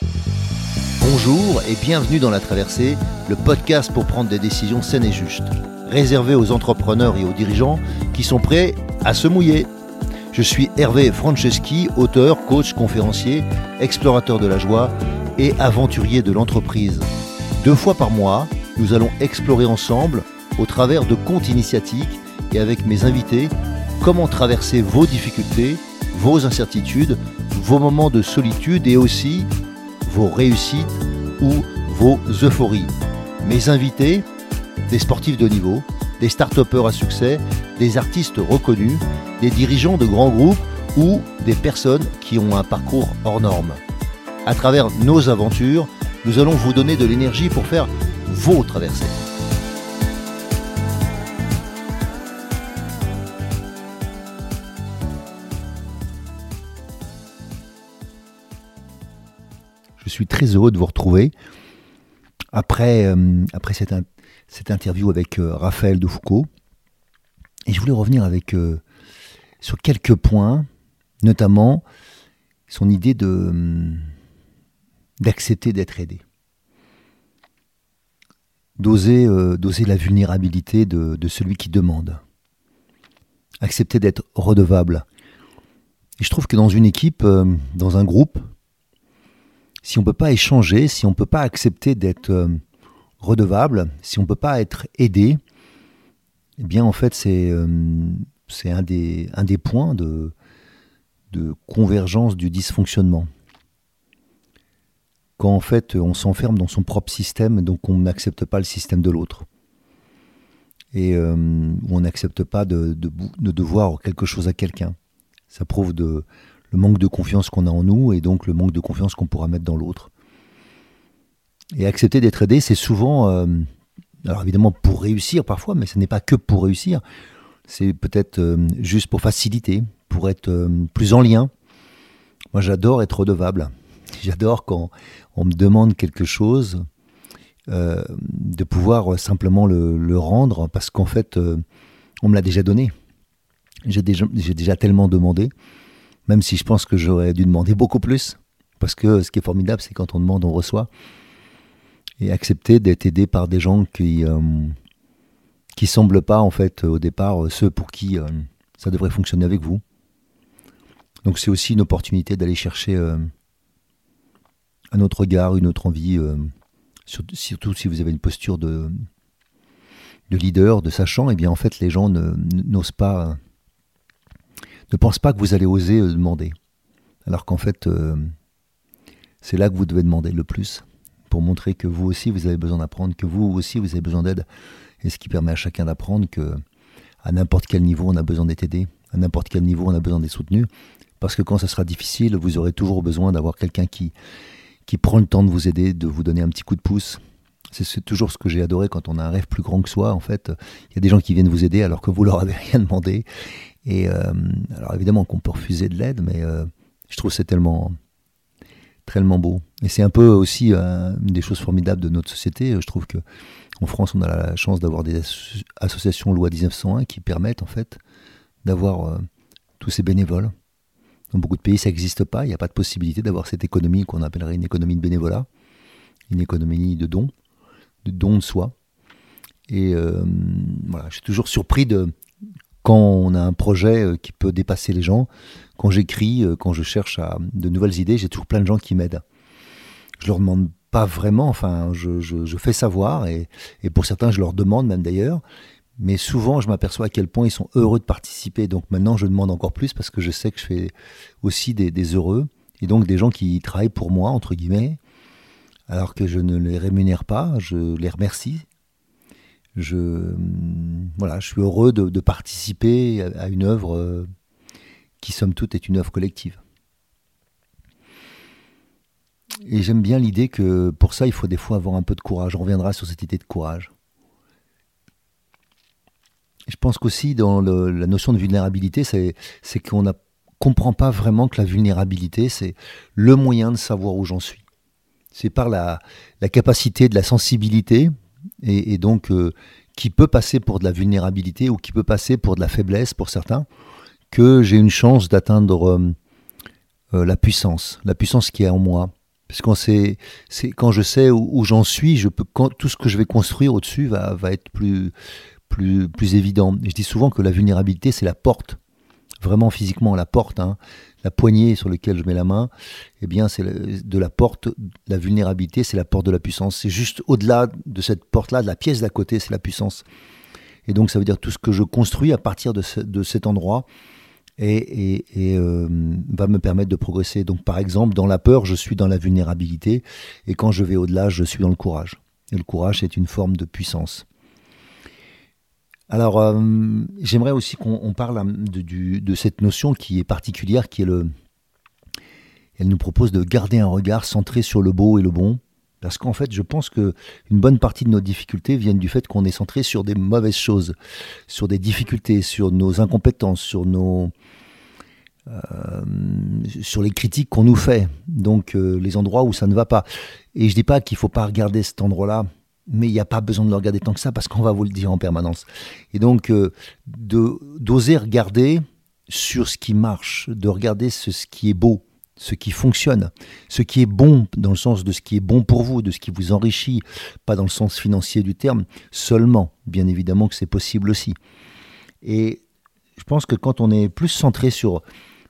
Bonjour et bienvenue dans La Traversée, le podcast pour prendre des décisions saines et justes, réservé aux entrepreneurs et aux dirigeants qui sont prêts à se mouiller. Je suis Hervé Franceschi, auteur, coach, conférencier, explorateur de la joie et aventurier de l'entreprise. 2 fois par mois, nous allons explorer ensemble, au travers de contes initiatiques et avec mes invités, comment traverser vos difficultés, vos incertitudes, vos moments de solitude et aussi vos réussites ou vos euphories. Mes invités, des sportifs de niveau, des start-upers à succès, des artistes reconnus, des dirigeants de grands groupes ou des personnes qui ont un parcours hors norme. À travers nos aventures, nous allons vous donner de l'énergie pour faire vos traversées. Je suis très heureux de vous retrouver après cette interview avec Raphaël de Foucault. Et je voulais revenir sur quelques points, notamment son idée d'accepter d'être aidé. D'oser la vulnérabilité de celui qui demande. Accepter d'être redevable. Et je trouve que dans une équipe, dans un groupe, si on ne peut pas échanger, si on ne peut pas accepter d'être redevable, si on ne peut pas être aidé, eh bien en fait c'est un des points de convergence du dysfonctionnement. Quand en fait on s'enferme dans son propre système, donc on n'accepte pas le système de l'autre. Et on n'accepte pas de devoir quelque chose à quelqu'un. Ça prouve le manque de confiance qu'on a en nous et donc le manque de confiance qu'on pourra mettre dans l'autre. Et accepter d'être aidé, c'est souvent, alors évidemment pour réussir parfois, mais ce n'est pas que pour réussir, c'est peut-être juste pour faciliter, pour être plus en lien. Moi j'adore être redevable, j'adore quand on me demande quelque chose, de pouvoir simplement le rendre, parce qu'en fait on me l'a déjà donné. J'ai déjà tellement demandé, même si je pense que j'aurais dû demander beaucoup plus, parce que ce qui est formidable, c'est quand on demande, on reçoit. Et accepter d'être aidé par des gens qui semblent pas, en fait, au départ, ceux pour qui ça devrait fonctionner avec vous. Donc c'est aussi une opportunité d'aller chercher un autre regard, une autre envie, surtout si vous avez une posture de leader, de sachant, et bien en fait les gens n'osent pas, ne pensent pas que vous allez oser demander. Alors qu'en fait, c'est là que vous devez demander le plus, pour montrer que vous aussi vous avez besoin d'apprendre, que vous aussi vous avez besoin d'aide, et ce qui permet à chacun d'apprendre que à n'importe quel niveau on a besoin d'être aidé, à n'importe quel niveau on a besoin d'être soutenu, parce que quand ça sera difficile, vous aurez toujours besoin d'avoir quelqu'un qui prend le temps de vous aider, de vous donner un petit coup de pouce. C'est toujours ce que j'ai adoré quand on a un rêve plus grand que soi, en fait. Il y a des gens qui viennent vous aider alors que vous leur avez rien demandé. Et alors évidemment qu'on peut refuser de l'aide, mais je trouve que c'est tellement beau. Et c'est un peu aussi une des choses formidables de notre société. Je trouve qu'en France, on a la chance d'avoir des associations loi 1901 qui permettent en fait d'avoir tous ces bénévoles. Dans beaucoup de pays, ça n'existe pas. Il n'y a pas de possibilité d'avoir cette économie qu'on appellerait une économie de bénévolat, une économie de dons de soi. Et voilà, je suis toujours surpris quand on a un projet qui peut dépasser les gens. Quand j'écris, quand je cherche de nouvelles idées, j'ai toujours plein de gens qui m'aident. Je leur demande pas vraiment, enfin, je fais savoir, et pour certains, je leur demande même d'ailleurs. Mais souvent, je m'aperçois à quel point ils sont heureux de participer. Donc maintenant, je demande encore plus parce que je sais que je fais aussi des heureux. Et donc des gens qui travaillent pour moi, entre guillemets, alors que je ne les rémunère pas, je les remercie. Je suis heureux de participer à une œuvre qui, somme toute, est une œuvre collective. Et j'aime bien l'idée que pour ça, il faut des fois avoir un peu de courage. On reviendra sur cette idée de courage. Et je pense qu'aussi, dans la notion de vulnérabilité, c'est qu'on ne comprend pas vraiment que la vulnérabilité, c'est le moyen de savoir où j'en suis. C'est par la capacité de la sensibilité, et donc qui peut passer pour de la vulnérabilité ou qui peut passer pour de la faiblesse pour certains, que j'ai une chance d'atteindre la puissance qui est en moi, Parce que c'est quand je sais où j'en suis, tout ce que je vais construire au-dessus va être plus évident. Et je dis souvent que la vulnérabilité, c'est la porte, vraiment physiquement la porte, hein, la poignée sur laquelle je mets la main, eh bien de la porte, la vulnérabilité, c'est la porte de la puissance. C'est juste au-delà de cette porte-là, de la pièce d'à côté, c'est la puissance. Et donc ça veut dire tout ce que je construis à partir de cet endroit va me permettre de progresser. Donc par exemple, dans la peur, je suis dans la vulnérabilité, et quand je vais au-delà, je suis dans le courage. Et le courage, c'est une forme de puissance. Alors, j'aimerais aussi qu'on parle de cette notion qui est particulière, elle nous propose de garder un regard centré sur le beau et le bon, parce qu'en fait, je pense qu'une bonne partie de nos difficultés viennent du fait qu'on est centré sur des mauvaises choses, sur des difficultés, sur nos incompétences, sur les critiques qu'on nous fait, donc les endroits où ça ne va pas. Et je dis pas qu'il faut pas regarder cet endroit-là, mais il n'y a pas besoin de le regarder tant que ça, parce qu'on va vous le dire en permanence. Et donc, d'oser regarder sur ce qui marche, de regarder ce qui est beau, ce qui fonctionne, ce qui est bon, dans le sens de ce qui est bon pour vous, de ce qui vous enrichit, pas dans le sens financier du terme, seulement, bien évidemment que c'est possible aussi. Et je pense que quand on est plus centré sur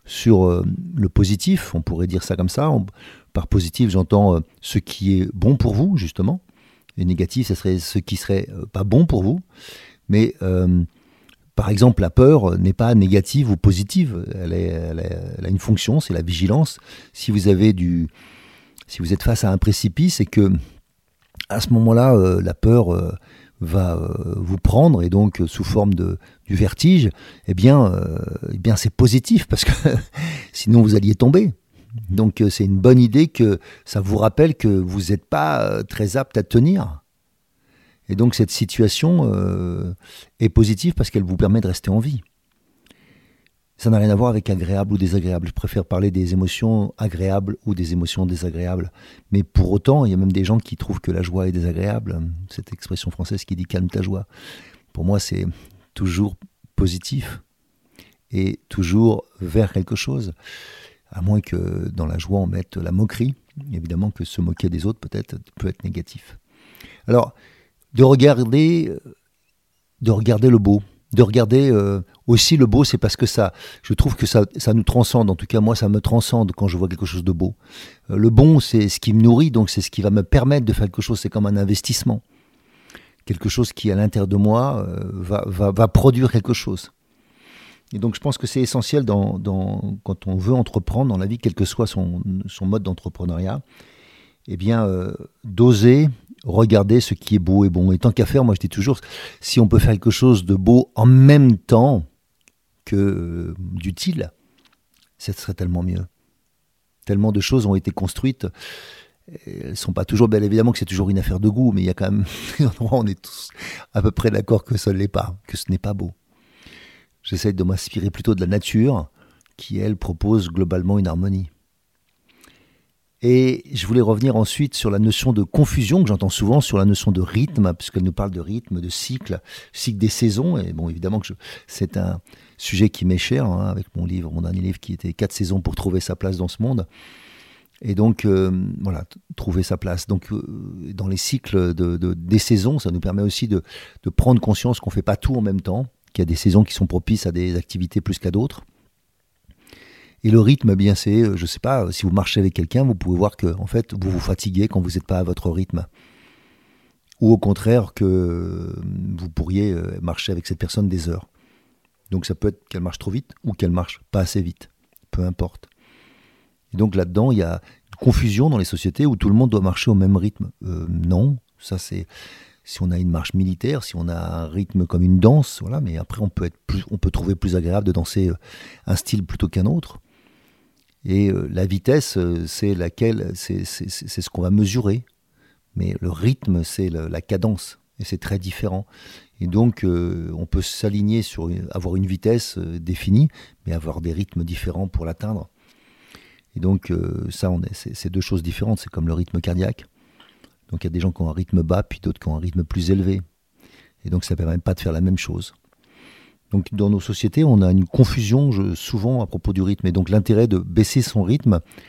le positif, on pourrait dire ça comme ça, par positif j'entends ce qui est bon pour vous, justement, et négatif, ce serait ce qui serait pas bon pour vous. Mais par exemple, la peur n'est pas négative ou positive. Elle a une fonction, c'est la vigilance. Si vous êtes face à un précipice et que à ce moment-là, la peur va vous prendre, et donc sous forme du vertige, eh bien c'est positif, parce que sinon vous alliez tomber. Donc c'est une bonne idée que ça vous rappelle que vous n'êtes pas très apte à tenir. Et donc cette situation est positive parce qu'elle vous permet de rester en vie. Ça n'a rien à voir avec agréable ou désagréable. Je préfère parler des émotions agréables ou des émotions désagréables. Mais pour autant, il y a même des gens qui trouvent que la joie est désagréable. Cette expression française qui dit « calme ta joie ». Pour moi, c'est toujours positif et toujours vers quelque chose. À moins que dans la joie on mette la moquerie. Évidemment que se moquer des autres peut être négatif. Alors, de regarder le beau, de regarder aussi le beau, c'est parce que je trouve que ça nous transcende. En tout cas, moi, ça me transcende quand je vois quelque chose de beau. Le bon, c'est ce qui me nourrit, donc c'est ce qui va me permettre de faire quelque chose. C'est comme un investissement. Quelque chose qui, à l'intérieur de moi, va produire quelque chose. Et donc je pense que c'est essentiel quand on veut entreprendre dans la vie, quel que soit son mode d'entrepreneuriat, eh bien d'oser regarder ce qui est beau et bon. Et tant qu'à faire, moi je dis toujours, si on peut faire quelque chose de beau en même temps que d'utile, ça serait tellement mieux. Tellement de choses ont été construites, elles ne sont pas toujours belles. Évidemment que c'est toujours une affaire de goût, mais il y a quand même des endroits où on est tous à peu près d'accord que ça ne l'est pas, que ce n'est pas beau. J'essaie de m'inspirer plutôt de la nature, qui, elle, propose globalement une harmonie. Et je voulais revenir ensuite sur la notion de confusion que j'entends souvent, sur la notion de rythme, puisqu'elle nous parle de rythme, de cycle des saisons. Et bon, évidemment que c'est un sujet qui m'est cher, hein, avec mon dernier livre qui était 4 saisons pour trouver sa place dans ce monde. Et donc, voilà, trouver sa place. Donc, dans les cycles des saisons, ça nous permet aussi de prendre conscience qu'on ne fait pas tout en même temps, qu'il y a des saisons qui sont propices à des activités plus qu'à d'autres. Et le rythme, eh bien, c'est, je ne sais pas, si vous marchez avec quelqu'un, vous pouvez voir que, en fait, vous vous fatiguez quand vous n'êtes pas à votre rythme. Ou au contraire, que vous pourriez marcher avec cette personne des heures. Donc ça peut être qu'elle marche trop vite ou qu'elle marche pas assez vite. Peu importe. Et donc là-dedans, il y a une confusion dans les sociétés où tout le monde doit marcher au même rythme. Non, ça c'est... Si on a une marche militaire, si on a un rythme comme une danse, voilà, mais après on peut trouver plus agréable de danser un style plutôt qu'un autre. Et la vitesse, c'est ce qu'on va mesurer. Mais le rythme, c'est la cadence. Et c'est très différent. Et donc, on peut s'aligner sur avoir une vitesse définie, mais avoir des rythmes différents pour l'atteindre. Et donc, c'est deux choses différentes. C'est comme le rythme cardiaque. Donc, il y a des gens qui ont un rythme bas, puis d'autres qui ont un rythme plus élevé. Et donc, ça ne permet pas de faire la même chose. Donc, dans nos sociétés, on a une confusion souvent à propos du rythme. Et donc, l'intérêt de baisser son rythme,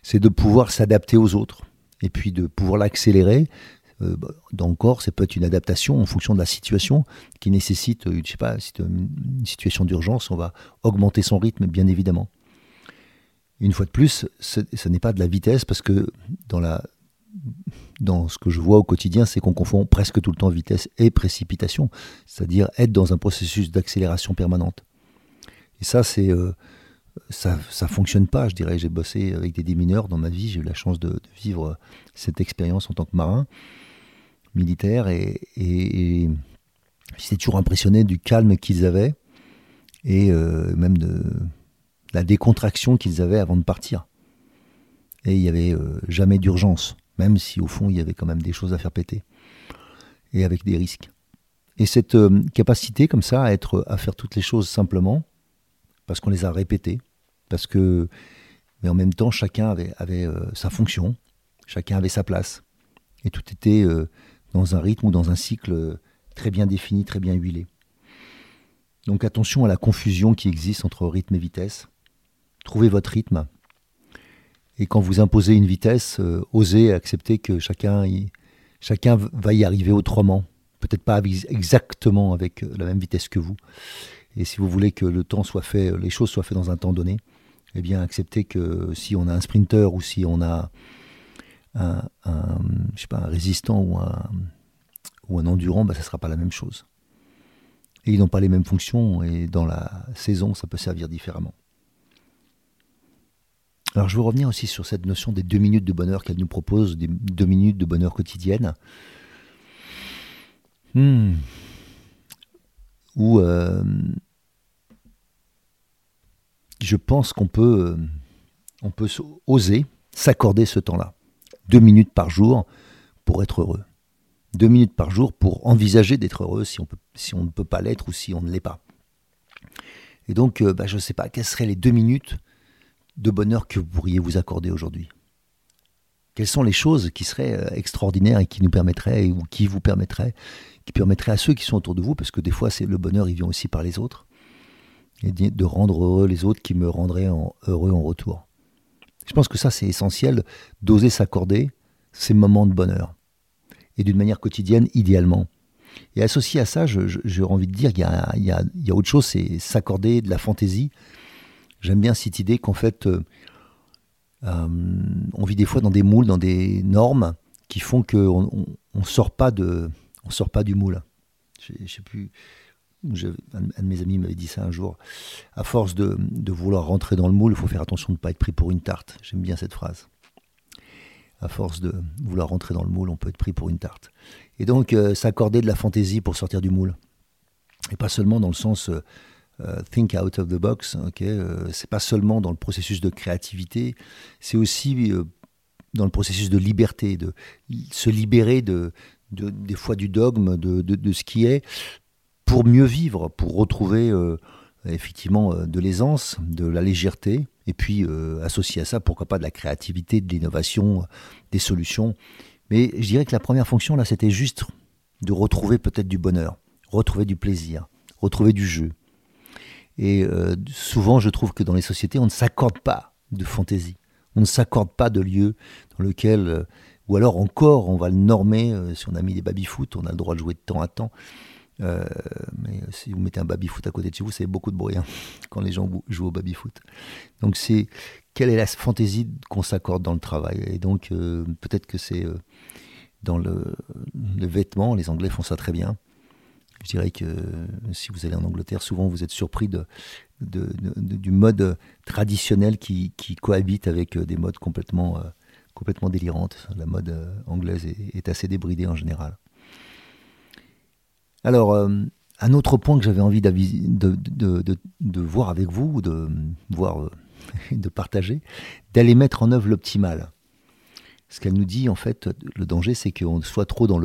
c'est de pouvoir s'adapter aux autres et puis de pouvoir l'accélérer. Encore, ça peut être une adaptation en fonction de la situation qui nécessite, je sais pas, si c'est une situation d'urgence, on va augmenter son rythme, bien évidemment. Une fois de plus, ce n'est pas de la vitesse parce que dans ce que je vois au quotidien, c'est qu'on confond presque tout le temps vitesse et précipitation, c'est-à-dire être dans un processus d'accélération permanente. Et ça, ça fonctionne pas, je dirais. J'ai bossé avec des démineurs dans ma vie, j'ai eu la chance de vivre cette expérience en tant que marin militaire et j'étais toujours impressionné du calme qu'ils avaient et même de la décontraction qu'ils avaient avant de partir. Et il n'y avait jamais d'urgence, même si au fond il y avait quand même des choses à faire péter et avec des risques. Et cette capacité comme ça à faire toutes les choses simplement, parce qu'on les a répétées, mais en même temps chacun avait sa fonction, chacun avait sa place, et tout était dans un rythme ou dans un cycle très bien défini, très bien huilé. Donc attention à la confusion qui existe entre rythme et vitesse. Trouvez votre rythme. Et quand vous imposez une vitesse, osez accepter que chacun va y arriver autrement. Peut-être pas exactement avec la même vitesse que vous. Et si vous voulez que le temps soit fait, les choses soient faites dans un temps donné, eh bien acceptez que si on a un sprinter ou si on a un résistant ou un endurant, ça ne sera pas la même chose. Et ils n'ont pas les mêmes fonctions et dans la saison, ça peut servir différemment. Alors je veux revenir aussi sur cette notion des 2 minutes de bonheur qu'elle nous propose, des 2 minutes de bonheur quotidienne. Où je pense qu'on peut oser s'accorder ce temps-là. 2 minutes par jour pour être heureux. 2 minutes par jour pour envisager d'être heureux si on ne peut pas l'être ou si on ne l'est pas. Et donc, je ne sais pas, quelles seraient les 2 minutes de bonheur que vous pourriez vous accorder aujourd'hui ? Quelles sont les choses qui seraient extraordinaires et qui nous permettraient, ou qui vous permettraient, qui permettraient à ceux qui sont autour de vous, parce que des fois, le bonheur, il vient aussi par les autres, et de rendre heureux les autres qui me rendraient heureux en retour. Je pense que ça, c'est essentiel, d'oser s'accorder ces moments de bonheur. Et d'une manière quotidienne, idéalement. Et associé à ça, j'ai envie de dire qu'il y a autre chose, c'est s'accorder de la fantaisie. J'aime bien cette idée qu'en fait, on vit des fois dans des moules, dans des normes qui font qu'on ne sort pas du moule. Je sais plus, un de mes amis m'avait dit ça un jour. À force de vouloir rentrer dans le moule, il faut faire attention de ne pas être pris pour une tarte. J'aime bien cette phrase. À force de vouloir rentrer dans le moule, on peut être pris pour une tarte. Et donc, s'accorder de la fantaisie pour sortir du moule. Et pas seulement dans le sens think out of the box. C'est pas seulement dans le processus de créativité, c'est aussi dans le processus de liberté, de se libérer des fois du dogme, de ce qui est, pour mieux vivre, pour retrouver effectivement de l'aisance, de la légèreté, et puis associé à ça, pourquoi pas de la créativité, de l'innovation, des solutions. Mais je dirais que la première fonction, là, c'était juste de retrouver peut-être du bonheur, retrouver du plaisir, retrouver du jeu. Et souvent, je trouve que dans les sociétés, on ne s'accorde pas de fantaisie, on ne s'accorde pas de lieu dans lequel, ou alors encore, on va le normer, si on a mis des baby-foot, on a le droit de jouer de temps à temps. Mais si vous mettez un baby-foot à côté de chez vous, c'est beaucoup de bruit quand les gens jouent au baby-foot. Donc quelle est la fantaisie qu'on s'accorde dans le travail ? Et donc peut-être que c'est dans le vêtement, les Anglais font ça très bien. Je dirais que si vous allez en Angleterre, souvent vous êtes surpris du mode traditionnel qui cohabite avec des modes complètement délirantes. La mode anglaise est assez débridée en général. Alors, un autre point que j'avais envie de voir avec vous, de partager, d'aller mettre en œuvre l'optimal. Ce qu'elle nous dit, en fait, le danger, c'est qu'on soit trop dans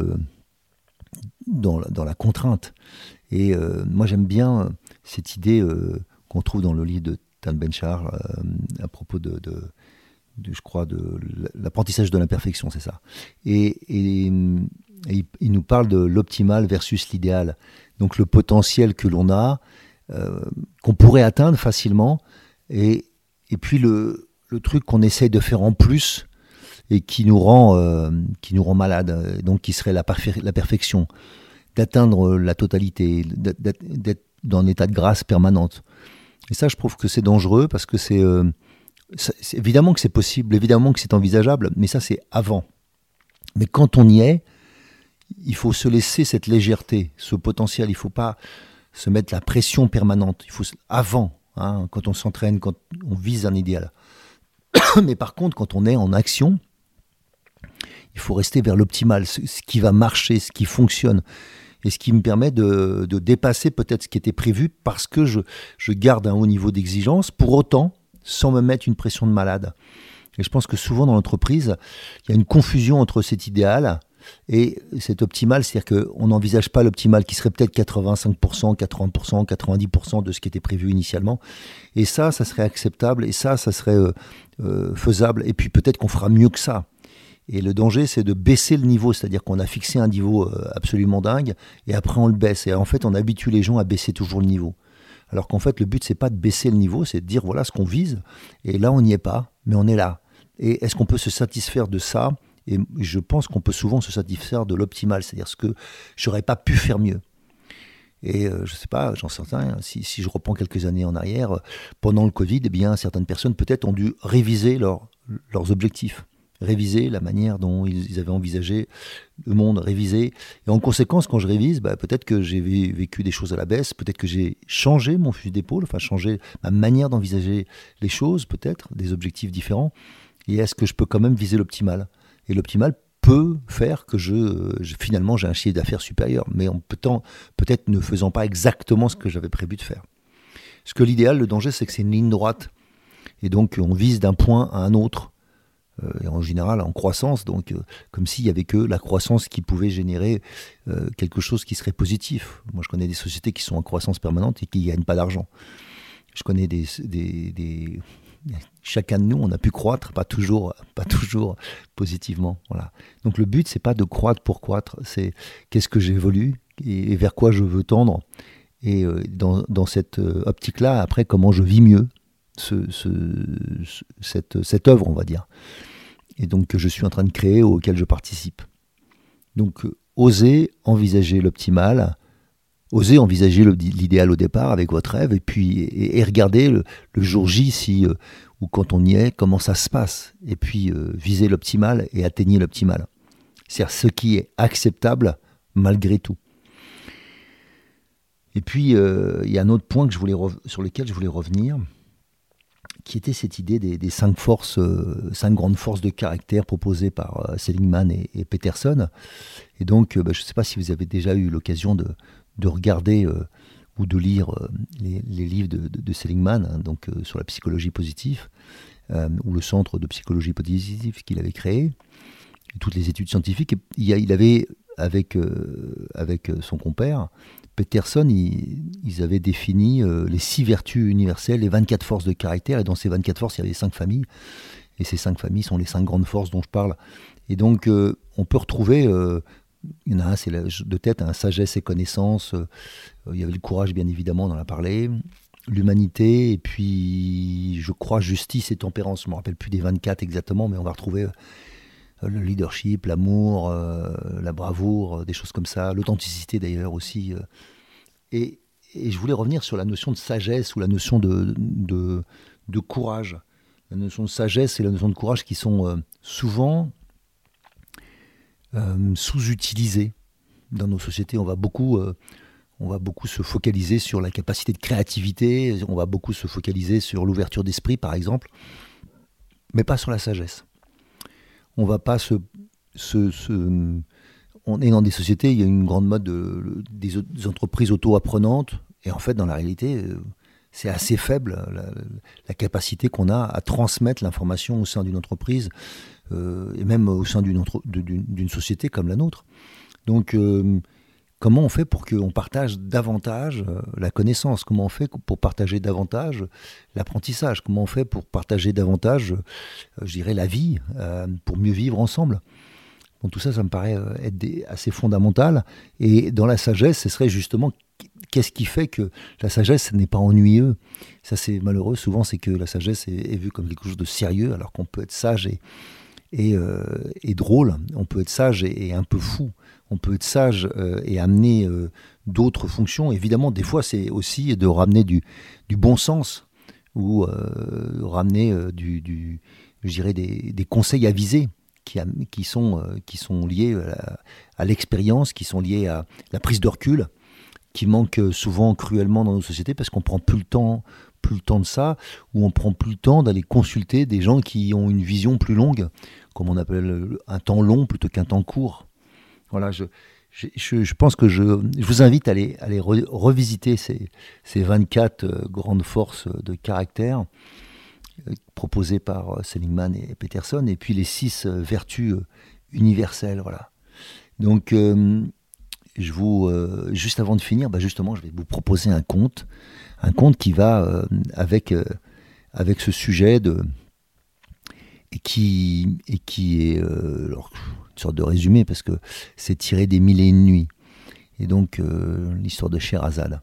la contrainte. Et moi, j'aime bien cette idée qu'on trouve dans le livre de Tal Ben-Shahar à propos je crois, de l'apprentissage de l'imperfection, c'est ça. Et il nous parle de l'optimal versus l'idéal. Donc le potentiel que l'on a, qu'on pourrait atteindre facilement, et puis le truc qu'on essaye de faire en plus et qui nous rend malade, donc qui serait la perfection, d'atteindre la totalité, d'être dans un état de grâce permanente. Et ça, je trouve que c'est dangereux parce que c'est évidemment que c'est possible, évidemment que c'est envisageable, mais ça, c'est avant. Mais quand on y est, il faut se laisser cette légèreté, ce potentiel. Il ne faut pas se mettre la pression permanente. Il faut avant, quand on s'entraîne, quand on vise un idéal. Mais par contre, quand on est en action, il faut rester vers l'optimal, ce qui va marcher, ce qui fonctionne. Et ce qui me permet de dépasser peut-être ce qui était prévu parce que je garde un haut niveau d'exigence, pour autant, sans me mettre une pression de malade. Et je pense que souvent dans l'entreprise, il y a une confusion entre cet idéal et cet optimal, c'est-à-dire qu'on n'envisage pas l'optimal qui serait peut-être 85%, 80%, 90% de ce qui était prévu initialement. Et ça serait acceptable et ça serait faisable. Et puis peut-être qu'on fera mieux que ça. Et le danger, c'est de baisser le niveau, c'est-à-dire qu'on a fixé un niveau absolument dingue, et après on le baisse. Et en fait, on habitue les gens à baisser toujours le niveau. Alors qu'en fait, le but, c'est pas de baisser le niveau, c'est de dire voilà ce qu'on vise, et là, on n'y est pas, mais on est là. Et est-ce qu'on peut se satisfaire de ça ? Et je pense qu'on peut souvent se satisfaire de l'optimal, c'est-à-dire ce que j'aurais pas pu faire mieux. Et je sais pas, j'en sais rien, si je reprends quelques années en arrière, pendant le Covid, eh bien, certaines personnes peut-être ont dû réviser leurs objectifs. Réviser la manière dont ils avaient envisagé le monde, réviser. Et en conséquence, quand je révise, peut-être que j'ai vécu des choses à la baisse, peut-être que j'ai changé mon fusil d'épaule, enfin changé ma manière d'envisager les choses, peut-être, des objectifs différents. Et est-ce que je peux quand même viser l'optimal ? Et l'optimal peut faire que finalement j'ai un chiffre d'affaires supérieur, mais peut-être ne faisant pas exactement ce que j'avais prévu de faire. Parce que l'idéal, le danger, c'est que c'est une ligne droite. Et donc on vise d'un point à un autre. Et en général en croissance, donc comme s'il n'y avait que la croissance qui pouvait générer quelque chose qui serait positif. Moi je connais des sociétés qui sont en croissance permanente et qui ne gagnent pas d'argent. Je connais chacun de nous, on a pu croître, pas toujours positivement. Voilà. Donc le but, c'est pas de croître pour croître, c'est qu'est-ce que j'évolue et vers quoi je veux tendre. Et dans cette optique-là, après, comment je vis mieux cette œuvre, on va dire, et donc que je suis en train de créer, auquel je participe. Donc oser envisager l'optimal, oser envisager l'idéal au départ avec votre rêve, et puis et regarder le jour J ou quand on y est, comment ça se passe, et puis viser l'optimal et atteindre l'optimal. C'est-à-dire ce qui est acceptable malgré tout. Et puis il y a un autre point sur lequel je voulais revenir, qui était cette idée des 5 grandes forces de caractère proposées par Seligman et Peterson. Et donc, je ne sais pas si vous avez déjà eu l'occasion de regarder ou de lire les livres de Seligman, sur la psychologie positive, ou le centre de psychologie positive qu'il avait créé, et toutes les études scientifiques. Il avait, avec son compère, Peterson, ils avaient défini les 6 vertus universelles, les 24 forces de caractère, et dans ces 24 forces, il y avait 5 familles, et ces 5 familles sont les 5 grandes forces dont je parle. Et donc, on peut retrouver, il y en a un, c'est de tête, sagesse et connaissance, il y avait le courage, bien évidemment, on en a parlé, l'humanité, et puis, je crois, justice et tempérance, je ne me rappelle plus des 24 exactement, mais on va retrouver le leadership, l'amour, la bravoure, des choses comme ça, l'authenticité d'ailleurs aussi. Et je voulais revenir sur la notion de sagesse ou la notion de courage. La notion de sagesse et la notion de courage qui sont souvent sous-utilisées dans nos sociétés. On va beaucoup se focaliser sur la capacité de créativité, on va beaucoup se focaliser sur l'ouverture d'esprit par exemple, mais pas sur la sagesse. On va pas on est dans des sociétés, il y a une grande mode des entreprises auto-apprenantes, et en fait, dans la réalité, c'est assez faible la capacité qu'on a à transmettre l'information au sein d'une entreprise, et même au sein d'une société comme la nôtre. Donc, comment on fait pour qu'on partage davantage la connaissance ? Comment on fait pour partager davantage l'apprentissage ? Comment on fait pour partager davantage, je dirais, la vie, pour mieux vivre ensemble ? Donc tout ça, ça me paraît être assez fondamental. Et dans la sagesse, ce serait justement qu'est-ce qui fait que la sagesse n'est pas ennuyeux. Ça, c'est malheureux. Souvent, c'est que la sagesse est vue comme quelque chose de sérieux, alors qu'on peut être sage et drôle. On peut être sage et un peu fou. On peut être sage et amener d'autres fonctions. Évidemment, des fois, c'est aussi de ramener du bon sens ou ramener je dirais des conseils avisés qui sont liés à l'expérience, qui sont liés à la prise de recul, qui manque souvent cruellement dans nos sociétés parce qu'on prend plus le temps de ça, ou on prend plus le temps d'aller consulter des gens qui ont une vision plus longue, comme on appelle un temps long plutôt qu'un temps court. Voilà, je pense que je vous invite à aller revisiter ces 24 grandes forces de caractère proposées par Seligman et Peterson, et puis les 6 vertus universelles. Voilà. Donc, juste avant de finir, justement, je vais vous proposer un conte qui va avec ce sujet et qui est alors, une sorte de résumé parce que c'est tiré des Mille et une nuits, et donc l'histoire de Scheherazade.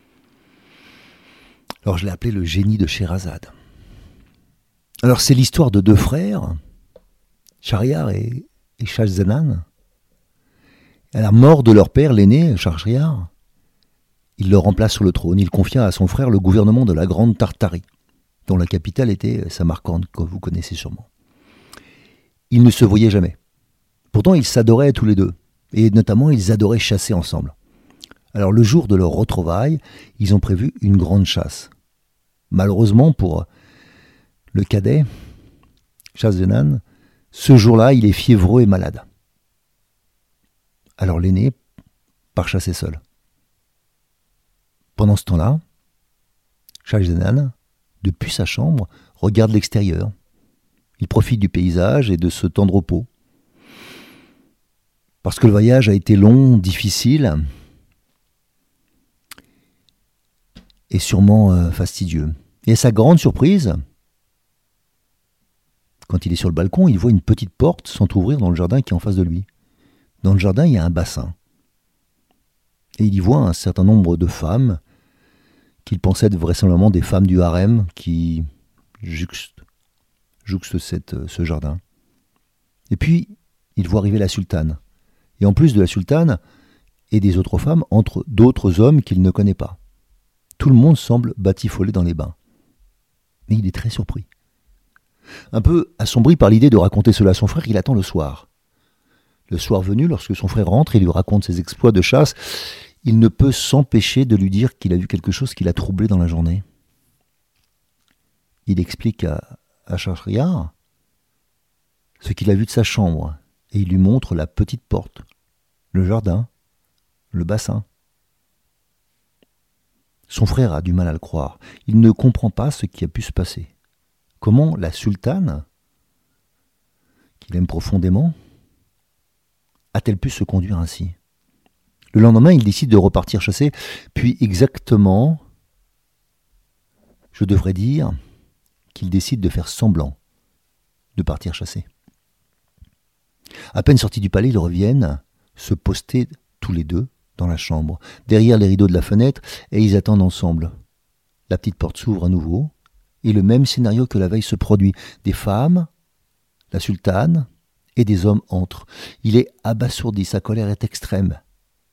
Alors je l'ai appelé le génie de Scheherazade. Alors c'est l'histoire de 2 frères, Shahriar et Shahzadan. À la mort de leur père, l'aîné, Shahriar, il le remplace sur le trône. Il confia à son frère le gouvernement de la Grande Tartarie, dont la capitale était Samarcande, que vous connaissez sûrement. Ils ne se voyaient jamais. Pourtant, ils s'adoraient tous les deux, et notamment ils adoraient chasser ensemble. Alors le jour de leur retrouvaille, ils ont prévu une grande chasse. Malheureusement pour le cadet, Shahzadan, ce jour-là, il est fiévreux et malade. Alors l'aîné part chasser seul. Pendant ce temps-là, Shahzadan, depuis sa chambre, regarde l'extérieur. Il profite du paysage et de ce temps de repos. Parce que le voyage a été long, difficile et sûrement fastidieux. Et à sa grande surprise, quand il est sur le balcon, il voit une petite porte s'entrouvrir dans le jardin qui est en face de lui. Dans le jardin, il y a un bassin. Et il y voit un certain nombre de femmes qu'il pensait être vraisemblablement des femmes du harem qui jouxtent ce jardin. Et puis, il voit arriver la sultane. Et en plus de la sultane et des autres femmes, entre d'autres hommes qu'il ne connaît pas. Tout le monde semble batifolé dans les bains. Mais il est très surpris. Un peu assombri par l'idée de raconter cela à son frère, il attend le soir. Le soir venu, lorsque son frère rentre et lui raconte ses exploits de chasse, il ne peut s'empêcher de lui dire qu'il a vu quelque chose qui l'a troublé dans la journée. Il explique à Shahriar ce qu'il a vu de sa chambre, et il lui montre la petite porte, le jardin, le bassin. Son frère a du mal à le croire. Il ne comprend pas ce qui a pu se passer. Comment la sultane, qu'il aime profondément, a-t-elle pu se conduire ainsi ? Le lendemain, il décide de repartir chasser, puis exactement, je devrais dire, qu'il décide de faire semblant de partir chasser. À peine sortis du palais, ils reviennent se poster tous les deux dans la chambre, derrière les rideaux de la fenêtre, et ils attendent ensemble. La petite porte s'ouvre à nouveau, et le même scénario que la veille se produit. Des femmes, la sultane, et des hommes entrent. Il est abasourdi, sa colère est extrême.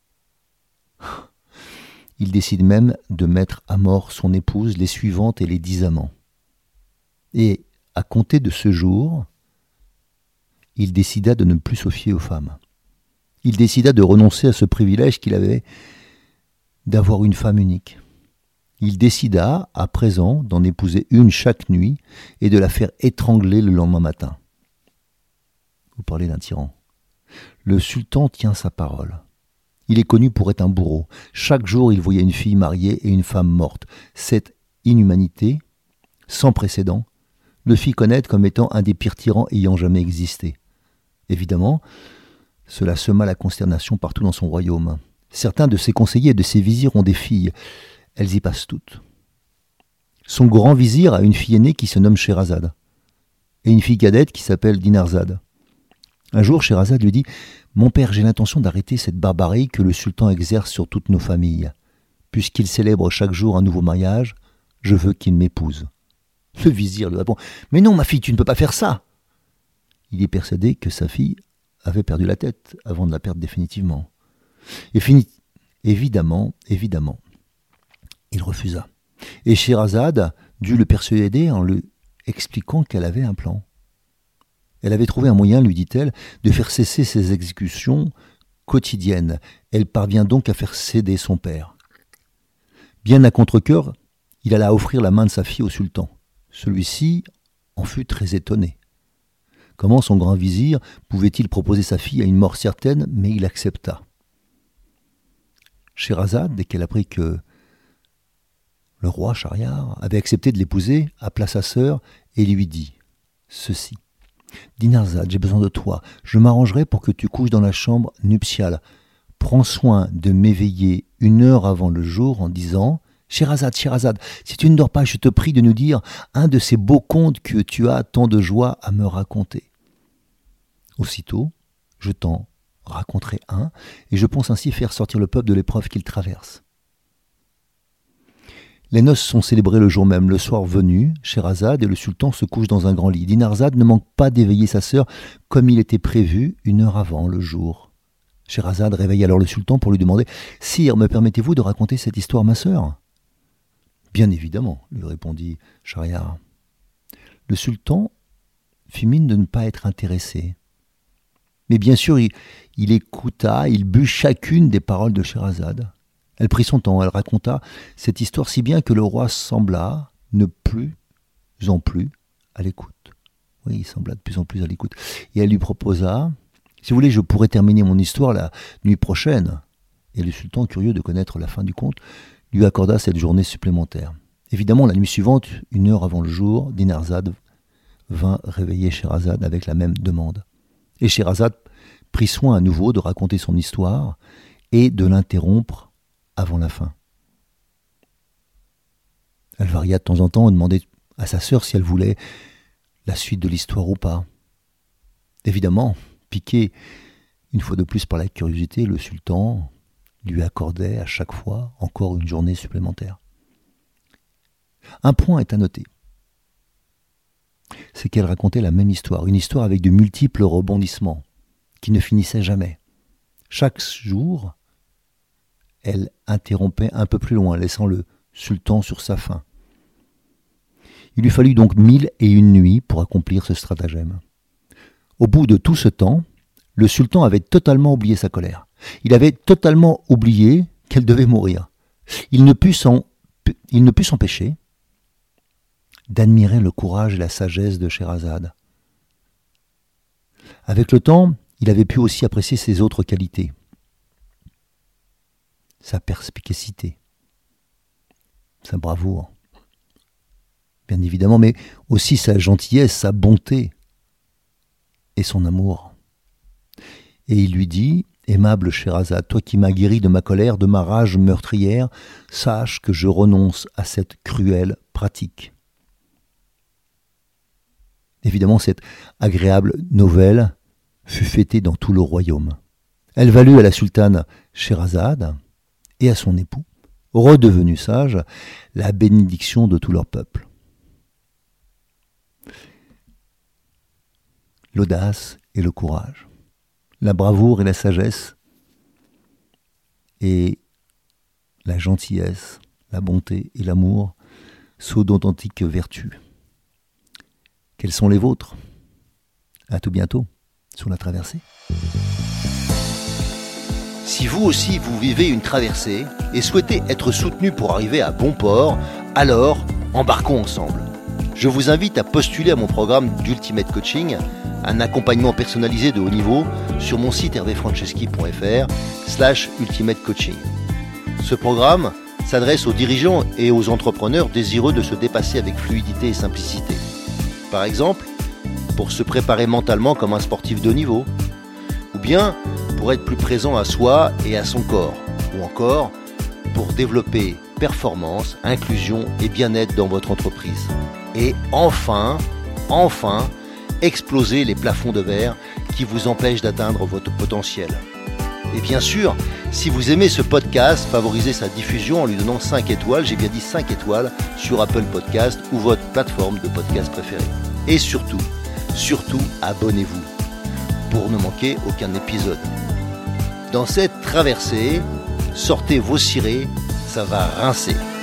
Il décide même de mettre à mort son épouse, les suivantes et les 10 amants. Et, à compter de ce jour, il décida de ne plus se fier aux femmes. Il décida de renoncer à ce privilège qu'il avait d'avoir une femme unique. Il décida, à présent, d'en épouser une chaque nuit et de la faire étrangler le lendemain matin. Vous parlez d'un tyran. Le sultan tient sa parole. Il est connu pour être un bourreau. Chaque jour, il voyait une fille mariée et une femme morte. Cette inhumanité, sans précédent, le fit connaître comme étant un des pires tyrans ayant jamais existé. Évidemment, cela sema la consternation partout dans son royaume. Certains de ses conseillers et de ses vizirs ont des filles. Elles y passent toutes. Son grand vizir a une fille aînée qui se nomme Scheherazade, et une fille cadette qui s'appelle Dinarzade. Un jour, Scheherazade lui dit « Mon père, j'ai l'intention d'arrêter cette barbarie que le sultan exerce sur toutes nos familles. Puisqu'il célèbre chaque jour un nouveau mariage, je veux qu'il m'épouse. » Le vizir lui répond « Mais non, ma fille, tu ne peux pas faire ça !» Il est persuadé que sa fille avait perdu la tête avant de la perdre définitivement. Et évidemment, il refusa. Et Scheherazade dut le persuader en lui expliquant qu'elle avait un plan. Elle avait trouvé un moyen, lui dit-elle, de faire cesser ses exécutions quotidiennes. Elle parvient donc à faire céder son père. Bien à contre-cœur, il alla offrir la main de sa fille au sultan. Celui-ci en fut très étonné. Comment son grand vizir pouvait-il proposer sa fille à une mort certaine, mais il accepta. Scheherazade, dès qu'elle apprit que le roi Schahriar avait accepté de l'épouser, appela sa sœur et lui dit ceci. « Dinarzade, j'ai besoin de toi. Je m'arrangerai pour que tu couches dans la chambre nuptiale. Prends soin de m'éveiller 1 heure avant le jour en disant « Scheherazade, Scheherazade, si tu ne dors pas, je te prie de nous dire un de ces beaux contes que tu as tant de joie à me raconter. » Aussitôt, je t'en raconterai un, et je pense ainsi faire sortir le peuple de l'épreuve qu'il traverse. Les noces sont célébrées le jour même. Le soir venu, Scheherazade et le sultan se couchent dans un grand lit. Dinarzade ne manque pas d'éveiller sa sœur comme il était prévu 1 heure avant le jour. Scheherazade réveille alors le sultan pour lui demander « Sire, me permettez-vous de raconter cette histoire à ma sœur ?»« Bien évidemment, lui répondit Schahriar. Le sultan fit mine de ne pas être intéressé. Mais bien sûr, il écouta, il but chacune des paroles de Scheherazade. Elle prit son temps, elle raconta cette histoire si bien que le roi sembla ne plus en plus à l'écoute. Oui, il sembla de plus en plus à l'écoute. Et elle lui proposa « Si vous voulez, je pourrais terminer mon histoire la nuit prochaine. » Et le sultan, curieux de connaître la fin du conte, lui accorda cette journée supplémentaire. Évidemment, la nuit suivante, 1 heure avant le jour, Dinarzade vint réveiller Scheherazade avec la même demande. Et Scheherazade prit soin à nouveau de raconter son histoire et de l'interrompre avant la fin. Elle varia de temps en temps et demandait à sa sœur si elle voulait la suite de l'histoire ou pas. Évidemment, piqué une fois de plus par la curiosité, le sultan lui accordait à chaque fois encore une journée supplémentaire. Un point est à noter, c'est qu'elle racontait la même histoire, une histoire avec de multiples rebondissements qui ne finissaient jamais. Chaque jour, elle interrompait un peu plus loin, laissant le sultan sur sa faim. Il lui fallut donc 1001 nuits pour accomplir ce stratagème. Au bout de tout ce temps, le sultan avait totalement oublié sa colère. Il avait totalement oublié qu'elle devait mourir. Il ne put s'empêcher d'admirer le courage et la sagesse de Scheherazade. Avec le temps, il avait pu aussi apprécier ses autres qualités. Sa perspicacité, sa bravoure, bien évidemment, mais aussi sa gentillesse, sa bonté et son amour. Et il lui dit « Aimable Scheherazade, toi qui m'as guéri de ma colère, de ma rage meurtrière, sache que je renonce à cette cruelle pratique. » Évidemment, cette agréable nouvelle fut fêtée dans tout le royaume. Elle valut à la sultane Scheherazade et à son époux, redevenu sage, la bénédiction de tout leur peuple. L'audace et le courage, la bravoure et la sagesse, et la gentillesse, la bonté et l'amour sont d'authentiques vertus. Quelles sont les vôtres ? À tout bientôt sur la traversée. Si vous aussi vous vivez une traversée et souhaitez être soutenu pour arriver à bon port, alors embarquons ensemble. Je vous invite à postuler à mon programme d'Ultimate Coaching, un accompagnement personnalisé de haut niveau sur mon site hervéfranceschi.fr/Ultimate Coaching. Ce programme s'adresse aux dirigeants et aux entrepreneurs désireux de se dépasser avec fluidité et simplicité. Par exemple, pour se préparer mentalement comme un sportif de haut niveau, ou bien pour être plus présent à soi et à son corps, ou encore pour développer performance, inclusion et bien-être dans votre entreprise. Et enfin, exploser les plafonds de verre qui vous empêchent d'atteindre votre potentiel. Et bien sûr, si vous aimez ce podcast, favorisez sa diffusion en lui donnant 5 étoiles, j'ai bien dit 5 étoiles, sur Apple Podcast ou votre plateforme de podcast préférée. Et surtout, abonnez-vous pour ne manquer aucun épisode. Dans cette traversée, sortez vos cirés, ça va rincer.